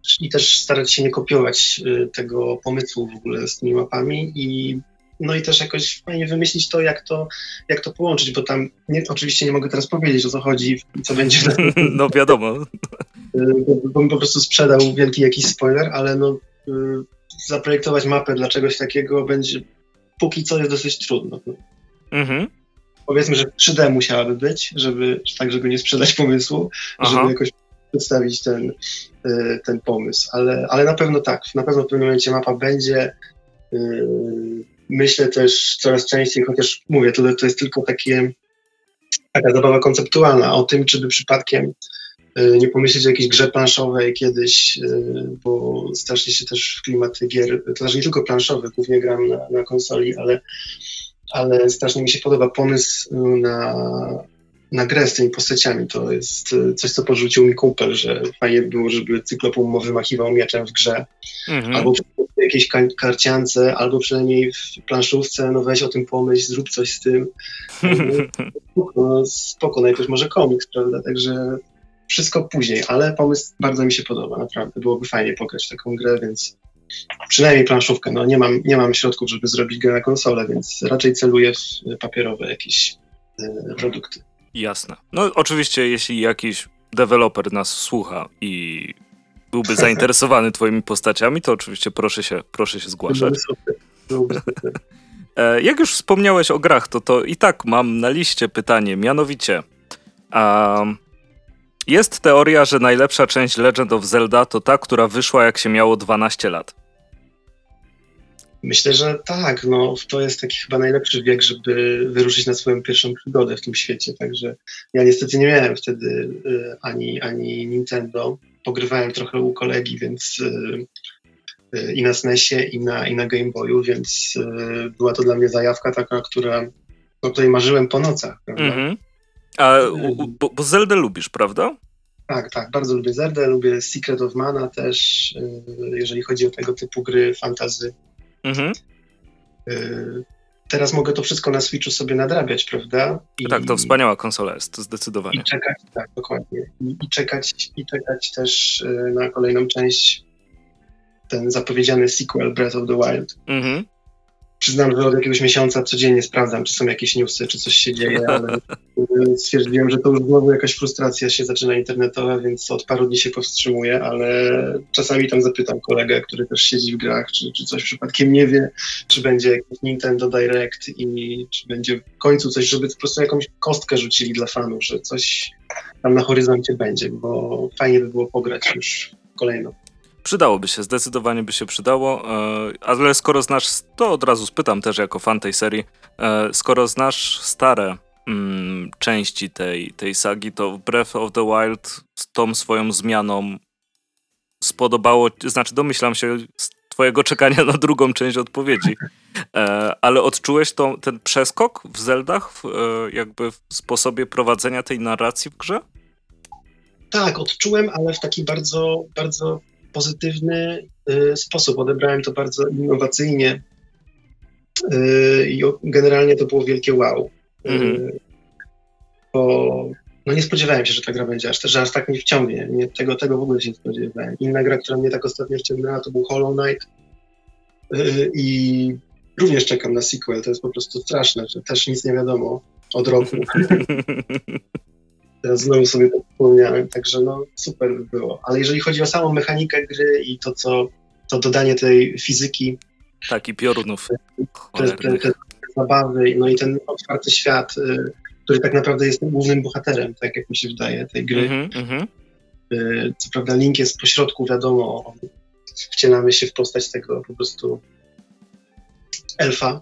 i też starać się nie kopiować tego pomysłu w ogóle z tymi mapami i no i też jakoś fajnie wymyślić to, jak to, jak to połączyć, bo tam nie, oczywiście nie mogę teraz powiedzieć, o co chodzi, co będzie. No wiadomo. Bo bym po prostu sprzedał wielki jakiś spoiler, ale no zaprojektować mapę dla czegoś takiego będzie póki co jest dosyć trudno. Mhm. Powiedzmy, że trzy D musiałaby być, żeby tak, żeby nie sprzedać pomysłu, Aha. żeby jakoś przedstawić ten, ten pomysł, ale, ale na pewno tak, na pewno w pewnym momencie mapa będzie. Myślę też coraz częściej, chociaż mówię, to, to jest tylko takie, taka zabawa konceptualna o tym, czy by przypadkiem nie pomyśleć o jakiejś grze planszowej kiedyś, bo strasznie się też w klimaty gier, to znaczy nie tylko planszowych, głównie gram na, na konsoli, ale, ale strasznie mi się podoba pomysł na, na grę z tymi postaciami. To jest coś, co podrzucił mi kumpel, że fajnie by było, żeby cyklopum wymachiwał mieczem w grze, mhm. albo w jakiejś karciance, albo przynajmniej w planszówce, no weź o tym pomyśl, zrób coś z tym. No, spoko, najpierw może komiks, prawda, także wszystko później, ale pomysł bardzo mi się podoba, naprawdę. Byłoby fajnie pograć w taką grę, więc przynajmniej planszówkę. No nie mam, nie mam środków, żeby zrobić grę na konsolę, więc raczej celuję w papierowe jakieś y, produkty. Jasne. No oczywiście, jeśli jakiś deweloper nas słucha i byłby zainteresowany twoimi postaciami, to oczywiście proszę się, proszę się zgłaszać. Jak już wspomniałeś o grach, to, to i tak mam na liście pytanie, mianowicie um, jest teoria, że najlepsza część Legend of Zelda to ta, która wyszła jak się miało dwanaście lat. Myślę, że tak. No, to jest taki chyba najlepszy wiek, żeby wyruszyć na swoją pierwszą przygodę w tym świecie. Także ja niestety nie miałem wtedy y, ani, ani Nintendo. Pogrywałem trochę u kolegi, więc y, y, i na SNESie, i na, i na Game Boyu, więc y, była to dla mnie zajawka taka, która, o której marzyłem po nocach. Prawda? Mm-hmm. A, u, bo, bo Zeldę lubisz, prawda? Tak, tak, bardzo lubię Zeldę, lubię Secret of Mana też, jeżeli chodzi o tego typu gry fantasy. Mhm. Teraz mogę to wszystko na Switchu sobie nadrabiać, prawda? I, tak, to wspaniała konsola jest, zdecydowanie. I czekać, tak, dokładnie. I, i, czekać, i czekać też na kolejną część, ten zapowiedziany sequel Breath of the Wild. Mhm. Przyznam, że od jakiegoś miesiąca codziennie sprawdzam, czy są jakieś newsy, czy coś się dzieje, ale stwierdziłem, że to już znowu jakaś frustracja się zaczyna internetowa, więc od paru dni się powstrzymuję, ale czasami tam zapytam kolegę, który też siedzi w grach, czy, czy coś przypadkiem nie wie, czy będzie jakiś Nintendo Direct i czy będzie w końcu coś, żeby po prostu jakąś kostkę rzucili dla fanów, że coś tam na horyzoncie będzie, bo fajnie by było pograć już kolejną. Przydałoby się, zdecydowanie by się przydało, ale skoro znasz, to od razu spytam też jako fan tej serii, skoro znasz stare mm, części tej, tej sagi, to Breath of the Wild z tą swoją zmianą spodobało, znaczy domyślam się z twojego czekania na drugą część odpowiedzi, ale odczułeś to, ten przeskok w Zeldach, w, jakby w sposobie prowadzenia tej narracji w grze? Tak, odczułem, ale w taki bardzo, bardzo pozytywny y, sposób. Odebrałem to bardzo innowacyjnie y, i generalnie to było wielkie wow. Mm-hmm. Y, bo no nie spodziewałem się, że ta gra będzie aż, że aż tak mnie wciągnie. Nie, tego, tego w ogóle się nie spodziewałem. Inna gra, która mnie tak ostatnio wciągnęła, to był Hollow Knight y, i również czekam na sequel. To jest po prostu straszne, że też nic nie wiadomo od roku. Teraz znowu sobie to wspomniałem, także no super by było. Ale jeżeli chodzi o samą mechanikę gry i to, co to dodanie tej fizyki. Tak, i piorunów. Te, te, te zabawy, no i ten otwarty świat, y, który tak naprawdę jest głównym bohaterem, tak jak mi się wydaje, tej gry. Mm-hmm. Y, co prawda Link jest pośrodku, wiadomo, wcielamy się w postać tego po prostu elfa.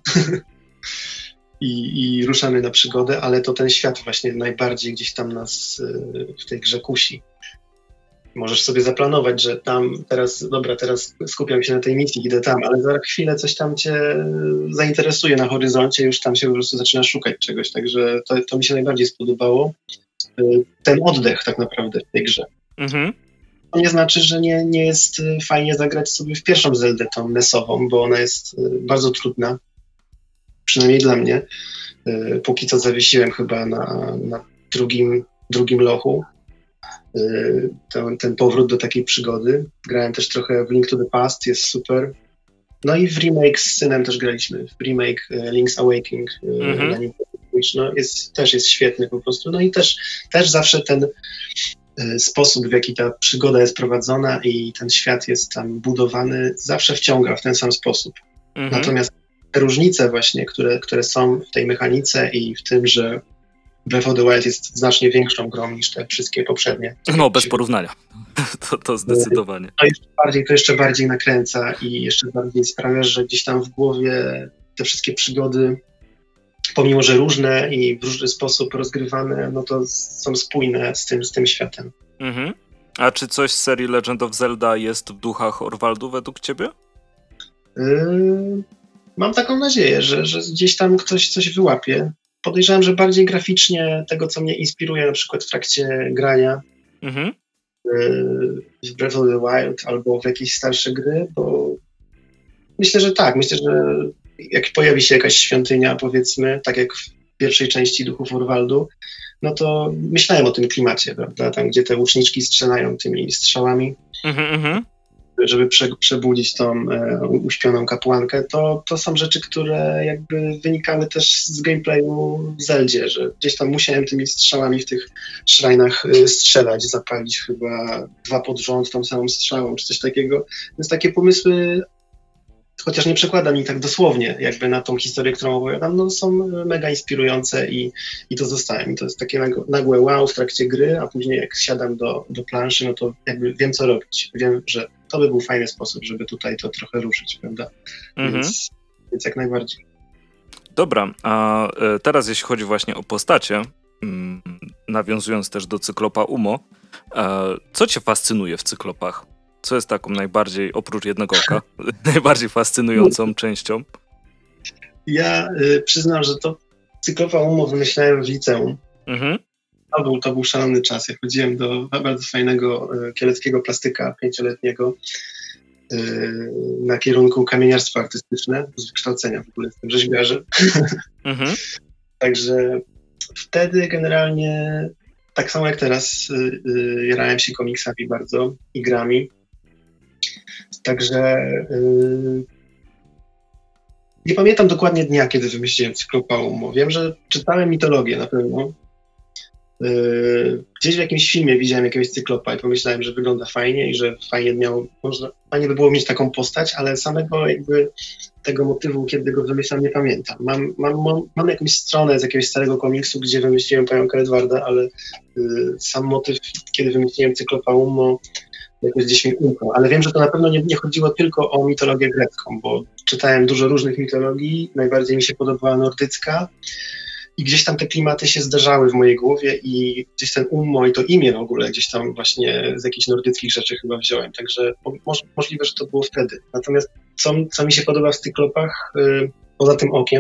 I, i ruszamy na przygodę, ale to ten świat właśnie najbardziej gdzieś tam nas y, w tej grze kusi. Możesz sobie zaplanować, że tam teraz, dobra, teraz skupiam się na tej misji, idę tam, ale za chwilę coś tam cię zainteresuje na horyzoncie, już tam się po prostu zaczynasz szukać czegoś, także to, to mi się najbardziej spodobało. Y, ten oddech tak naprawdę w tej grze. Mhm. To nie znaczy, że nie, nie jest fajnie zagrać sobie w pierwszą Zeldę, tą nesową, bo ona jest y, bardzo trudna. Przynajmniej dla mnie. Póki co zawiesiłem chyba na, na drugim, drugim lochu. ten, ten powrót do takiej przygody. Grałem też trochę w Link to the Past, jest super. No i w remake z synem też graliśmy. W remake Link's Awakening mm-hmm. na Nintendo Switch, no jest, też jest świetny po prostu. No i też, też zawsze ten sposób, w jaki ta przygoda jest prowadzona i ten świat jest tam budowany, zawsze wciąga w ten sam sposób. Mm-hmm. Natomiast te różnice właśnie, które, które są w tej mechanice i w tym, że Breath of the Wild jest znacznie większą grą niż te wszystkie poprzednie. No, bez porównania. To, to zdecydowanie. To jeszcze, bardziej, to jeszcze bardziej nakręca i jeszcze bardziej sprawia, że gdzieś tam w głowie te wszystkie przygody, pomimo że różne i w różny sposób rozgrywane, no to są spójne z tym, z tym światem. Mhm. A czy coś z serii Legend of Zelda jest w duchach Orwaldu według ciebie? Yy, mam taką nadzieję, że, że gdzieś tam ktoś coś wyłapie. Podejrzewam, że bardziej graficznie tego, co mnie inspiruje na przykład w trakcie grania mhm. w Breath of the Wild albo w jakieś starsze gry, bo myślę, że tak. Myślę, że jak pojawi się jakaś świątynia, powiedzmy, tak jak w pierwszej części Duchów Orwaldu, no to myślałem o tym klimacie, prawda? Tam, gdzie te łuczniczki strzelają tymi strzałami. Mhm, mhm. Żeby prze, przebudzić tą e, uśpioną kapłankę, to, to są rzeczy, które jakby wynikały też z gameplayu w Zeldzie, że gdzieś tam musiałem tymi strzałami w tych szrajnach e, strzelać, zapalić chyba dwa pod rząd tą samą strzałą, czy coś takiego. Więc takie pomysły, chociaż nie przekładam ich tak dosłownie jakby na tą historię, którą opowiadam, no są mega inspirujące i, i to zostaje mi. To jest takie nagłe wow w trakcie gry, a później jak siadam do, do planszy, no to jakby wiem, co robić. Wiem, że to by był fajny sposób, żeby tutaj to trochę ruszyć, prawda? Mhm. Więc, więc jak najbardziej. Dobra, a teraz jeśli chodzi właśnie o postacie, nawiązując też do Cyklopa Umo, co cię fascynuje w Cyklopach? Co jest taką najbardziej, oprócz jednego oka, najbardziej fascynującą częścią? Ja y, przyznam, że to Cyklopa Umo wymyślałem w liceum. Mhm. To był, to był szalony czas. Ja chodziłem do bardzo fajnego y, kieleckiego plastyka pięcioletniego y, na kierunku kamieniarstwo artystyczne, z wykształcenia w ogóle jestem rzeźbiarzem. Mhm. Także wtedy generalnie, tak samo jak teraz, y, y, jarałem się komiksami bardzo i grami. Także yy, nie pamiętam dokładnie dnia, kiedy wymyśliłem Cyklopa Umo. Wiem, że czytałem mitologię na pewno. Yy, gdzieś w jakimś filmie widziałem jakiegoś cyklopa i pomyślałem, że wygląda fajnie i że fajnie miał, można, fajnie by było mieć taką postać, ale samego jakby tego motywu, kiedy go wymyślam, nie pamiętam. Mam, mam, mam, mam jakąś stronę z jakiegoś starego komiksu, gdzie wymyśliłem pająka Edwarda, ale yy, sam motyw, kiedy wymyśliłem Cyklopa Umo, jakoś gdzieś mi umknął, ale wiem, że to na pewno nie, nie chodziło tylko o mitologię grecką, bo czytałem dużo różnych mitologii, najbardziej mi się podobała nordycka i gdzieś tam te klimaty się zdarzały w mojej głowie i gdzieś ten Ummo i to imię w ogóle gdzieś tam właśnie z jakichś nordyckich rzeczy chyba wziąłem, także moż, możliwe, że to było wtedy. Natomiast co, co mi się podoba w Cyklopach, yy, poza tym okiem,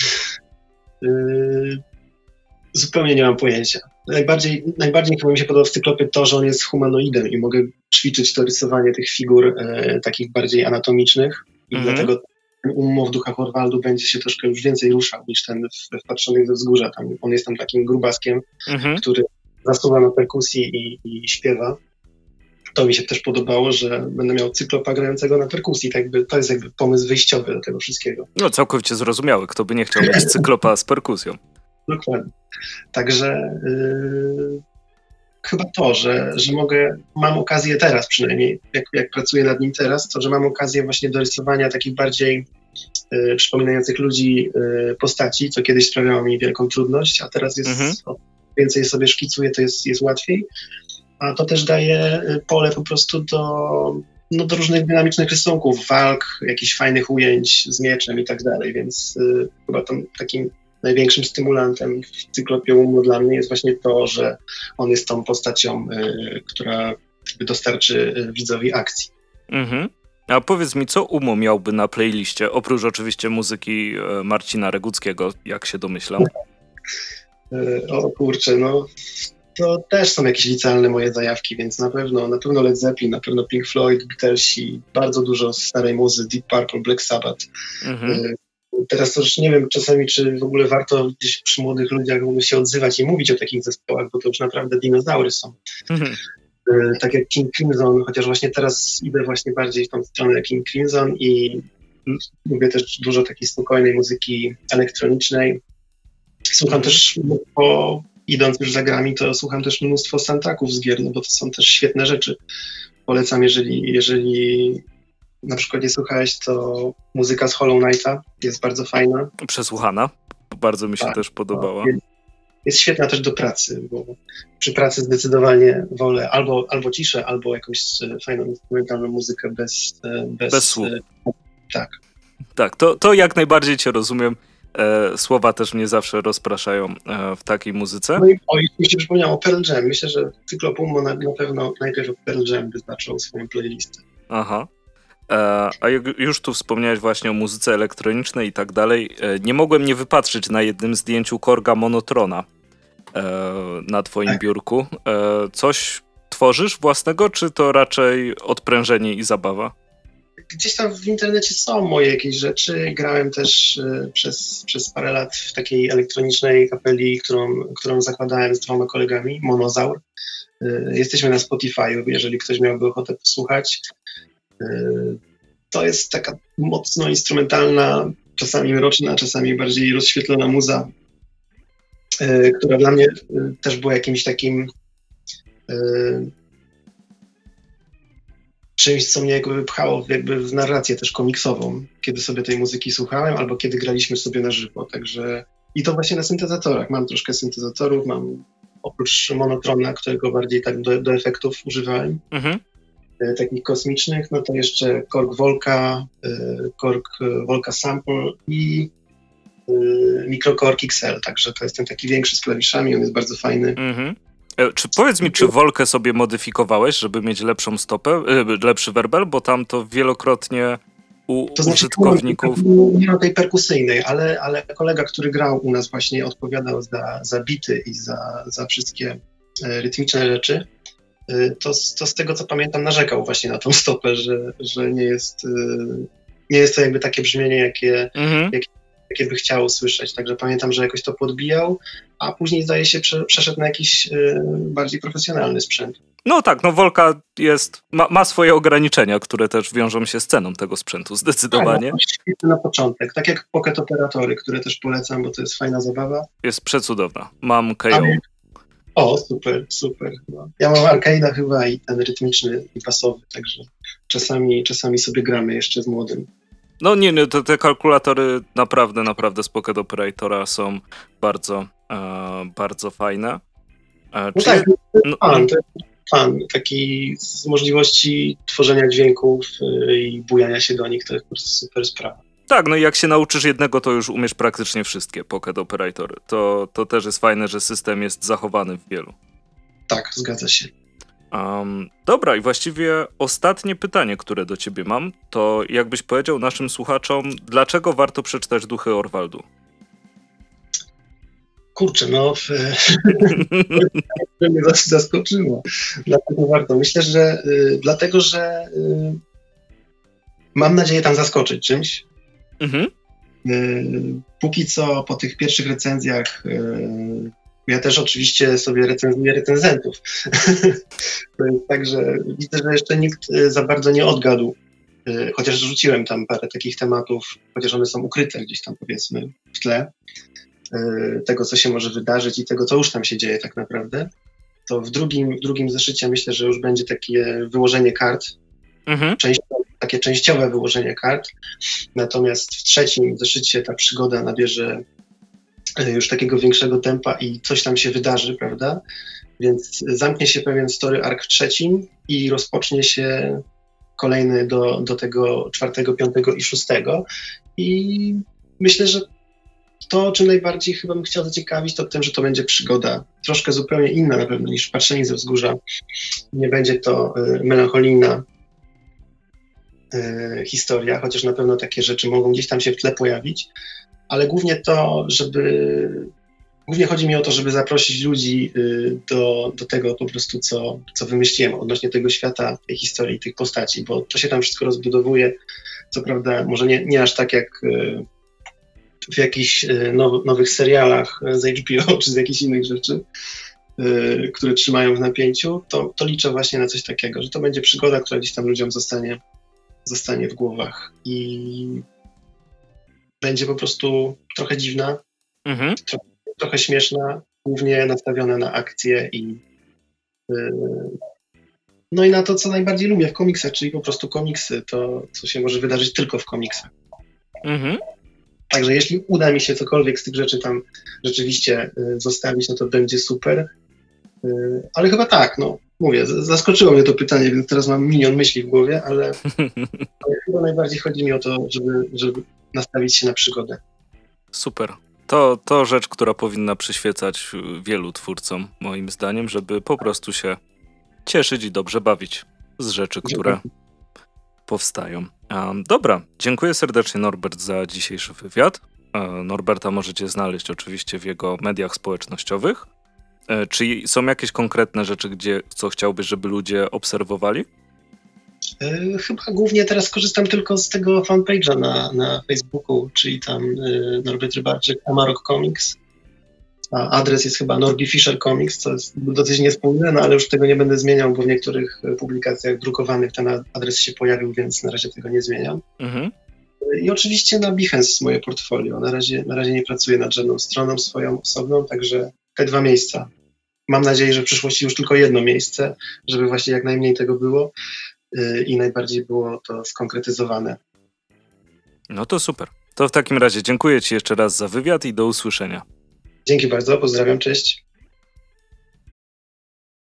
yy, zupełnie nie mam pojęcia. Najbardziej, najbardziej chyba mi się podoba w Cyklopie to, że on jest humanoidem i mogę ćwiczyć to rysowanie tych figur e, takich bardziej anatomicznych i mm-hmm. dlatego ten Ummo w Duchach Orwaldu będzie się troszkę już więcej ruszał niż ten w, w Patrzonych ze wzgórza. Tam, on jest tam takim grubaskiem, mm-hmm. który zasuwa na perkusji i, i śpiewa. To mi się też podobało, że będę miał Cyklopa grającego na perkusji. Tak jakby, to jest jakby pomysł wyjściowy do tego wszystkiego. No całkowicie zrozumiały. Kto by nie chciał mieć Cyklopa z perkusją? Dokładnie. Także yy, chyba to, że, że mogę, mam okazję teraz przynajmniej, jak, jak pracuję nad nim teraz, to że mam okazję właśnie do rysowania takich bardziej yy, przypominających ludzi yy, postaci, co kiedyś sprawiało mi wielką trudność, a teraz jest mhm. o, więcej sobie szkicuję, to jest, jest łatwiej. A to też daje pole po prostu do, no, do różnych dynamicznych rysunków, walk, jakichś fajnych ujęć z mieczem i tak dalej, więc yy, chyba tam takim największym stymulantem w Cyklopie Umo dla mnie jest właśnie to, że on jest tą postacią, y, która dostarczy y, widzowi akcji. Mhm. A powiedz mi, co Umo miałby na playliście, oprócz oczywiście muzyki y, Marcina Reguckiego, jak się domyślam? y, o kurczę, no to też są jakieś licealne moje zajawki, więc na pewno, na pewno Led Zeppelin, na pewno Pink Floyd, Beatlesi, bardzo dużo starej muzy, Deep Purple, Black Sabbath. Mhm. Y, teraz to już nie wiem czasami, czy w ogóle warto gdzieś przy młodych ludziach w ogóle się odzywać i mówić o takich zespołach, bo to już naprawdę dinozaury są. Mhm. Tak jak King Crimson, chociaż właśnie teraz idę właśnie bardziej w tą stronę jak King Crimson i lubię też dużo takiej spokojnej muzyki elektronicznej. Słucham też, po, idąc już za grami, to słucham też mnóstwo soundtracków z gier, no bo to są też świetne rzeczy. Polecam, jeżeli, jeżeli na przykład nie słuchałeś, to muzyka z Hollow Knighta jest bardzo fajna. Przesłuchana. Bardzo mi się tak, też podobała. Jest, jest świetna też do pracy, bo przy pracy zdecydowanie wolę albo, albo ciszę, albo jakąś fajną instrumentalną muzykę bez, bez, bez słów. Tak. Tak, to, to jak najbardziej cię rozumiem. E, słowa też mnie zawsze rozpraszają e, w takiej muzyce. No i o, mi się przypomniało o Pearl Jam. Myślę, że Cyklopum na, na pewno najpierw o Pearl Jam wyznaczył swoją playlistę. Aha. E, a jak już tu wspomniałeś właśnie o muzyce elektronicznej i tak dalej, e, nie mogłem nie wypatrzyć na jednym zdjęciu Korga Monotrona e, na twoim tak. biurku. E, coś tworzysz własnego, czy to raczej odprężenie i zabawa? Gdzieś tam w internecie są moje jakieś rzeczy. Grałem też y, przez, przez parę lat w takiej elektronicznej kapeli, którą, którą zakładałem z dwoma kolegami, Monozaur. Y, jesteśmy na Spotify'u, jeżeli ktoś miałby ochotę posłuchać. Y, to jest taka mocno instrumentalna, czasami mroczna, czasami bardziej rozświetlona muza, y, która dla mnie y, też była jakimś takim y, czymś, co mnie jakby pchało jakby w narrację też komiksową, kiedy sobie tej muzyki słuchałem, albo kiedy graliśmy sobie na żywo, także i to właśnie na syntezatorach. Mam troszkę syntezatorów, mam oprócz Monotrona, którego bardziej tak do, do efektów używałem, mhm. e, takich kosmicznych, no to jeszcze Korg Volca, e, Korg Volca Sample i e, Microkorg X L, także to jest ten taki większy z klawiszami, on jest bardzo fajny. Mhm. Czy powiedz mi, czy Volkę sobie modyfikowałeś, żeby mieć lepszą stopę, lepszy werbel, bo tam to wielokrotnie u to znaczy, użytkowników... Nie ma tej perkusyjnej, ale, ale kolega, który grał u nas właśnie odpowiadał za, za bity i za, za wszystkie rytmiczne rzeczy, to, to z tego co pamiętam narzekał właśnie na tą stopę, że, że nie jest nie jest to jakby takie brzmienie, jakie, mhm. jakie jakie by chciał usłyszeć. Także pamiętam, że jakoś to podbijał, a później zdaje się prze, przeszedł na jakiś y, bardziej profesjonalny sprzęt. No tak, no Volca jest, ma, ma swoje ograniczenia, które też wiążą się z ceną tego sprzętu, zdecydowanie. Tak, no, na początek, tak jak Pocket Operatory, które też polecam, bo to jest fajna zabawa. Jest przecudowna. Mam K O. A, o, super, super. No. Ja mam Arcade'a chyba i ten rytmiczny i basowy, także czasami, czasami sobie gramy jeszcze z młodym. No nie, nie, te, te kalkulatory naprawdę, naprawdę z Pocket Operatora są bardzo, e, bardzo fajne. E, no czy tak, je... to jest no, fan, to jest fan, taki z możliwości tworzenia dźwięków y, i bujania się do nich, to jest po prostu super sprawa. Tak, no i jak się nauczysz jednego, to już umiesz praktycznie wszystkie Pocket Operatory. To, to też jest fajne, że system jest zachowany w wielu. Tak, zgadza się. Um, dobra, i właściwie ostatnie pytanie, które do ciebie mam, to jakbyś powiedział naszym słuchaczom, dlaczego warto przeczytać Duchy Orwaldu? Kurczę, no to mnie zaskoczyło. Dlatego warto. Myślę, że y, dlatego, że y, mam nadzieję tam zaskoczyć czymś. Mhm. Y, póki co po tych pierwszych recenzjach y, ja też oczywiście sobie recenzuję recenzentów. To jest tak, że widzę, że jeszcze nikt za bardzo nie odgadł, chociaż rzuciłem tam parę takich tematów, chociaż one są ukryte gdzieś tam powiedzmy w tle, tego co się może wydarzyć i tego co już tam się dzieje tak naprawdę. To w drugim, w drugim zeszycie myślę, że już będzie takie wyłożenie kart, mhm. częściowe, takie częściowe wyłożenie kart, natomiast w trzecim zeszycie ta przygoda nabierze już takiego większego tempa i coś tam się wydarzy, prawda? Więc zamknie się pewien story arc w trzecim i rozpocznie się kolejny do, do tego czwartego, piątego i szóstego. I myślę, że to, czym najbardziej chyba bym chciał zaciekawić, to tym, że to będzie przygoda troszkę zupełnie inna na pewno niż Patrzenie ze wzgórza. Nie będzie to y, melancholijna y, historia, chociaż na pewno takie rzeczy mogą gdzieś tam się w tle pojawić. Ale głównie to, żeby... Głównie chodzi mi o to, żeby zaprosić ludzi y, do, do tego po prostu, co, co wymyśliłem odnośnie tego świata, tej historii, tych postaci, bo to się tam wszystko rozbudowuje. Co prawda, może nie, nie aż tak jak, y, w jakichś now, nowych serialach z H B O czy z jakichś innych rzeczy, yy, które trzymają w napięciu, to, to liczę właśnie na coś takiego, że to będzie przygoda, która gdzieś tam ludziom zostanie, zostanie w głowach i będzie po prostu trochę dziwna, mhm. trochę, trochę śmieszna, głównie nastawiona na akcję i yy, no i na to, co najbardziej lubię w komiksach, czyli po prostu komiksy, to co się może wydarzyć tylko w komiksach. Mhm. Także jeśli uda mi się cokolwiek z tych rzeczy tam rzeczywiście y, zostawić, no to będzie super. Y, ale chyba tak, no mówię, z- zaskoczyło mnie to pytanie, więc teraz mam milion myśli w głowie, ale, ale chyba najbardziej chodzi mi o to, żeby, żeby nastawić się na przygodę. Super. To, to rzecz, która powinna przyświecać wielu twórcom, moim zdaniem, żeby po prostu się cieszyć i dobrze bawić z rzeczy, które powstają. Um, dobra, dziękuję serdecznie Norbert za dzisiejszy wywiad. E, Norberta możecie znaleźć oczywiście w jego mediach społecznościowych. E, czy są jakieś konkretne rzeczy, gdzie co chciałbyś, żeby ludzie obserwowali? Yy, chyba głównie teraz korzystam tylko z tego fanpage'a na, na Facebooku, czyli tam yy, Norbert Rybarczyk, Amarok Comics. A adres jest chyba Norbi Fisher Comics, co jest dosyć niespójne, no ale już tego nie będę zmieniał, bo w niektórych publikacjach drukowanych ten adres się pojawił, więc na razie tego nie zmieniam. Mhm. I oczywiście na Behance moje portfolio. Na razie, na razie nie pracuję nad żadną stroną swoją osobną, także te dwa miejsca. Mam nadzieję, że w przyszłości już tylko jedno miejsce, żeby właśnie jak najmniej tego było yy, i najbardziej było to skonkretyzowane. No to super. To w takim razie dziękuję Ci jeszcze raz za wywiad i do usłyszenia. Dzięki bardzo, pozdrawiam, cześć.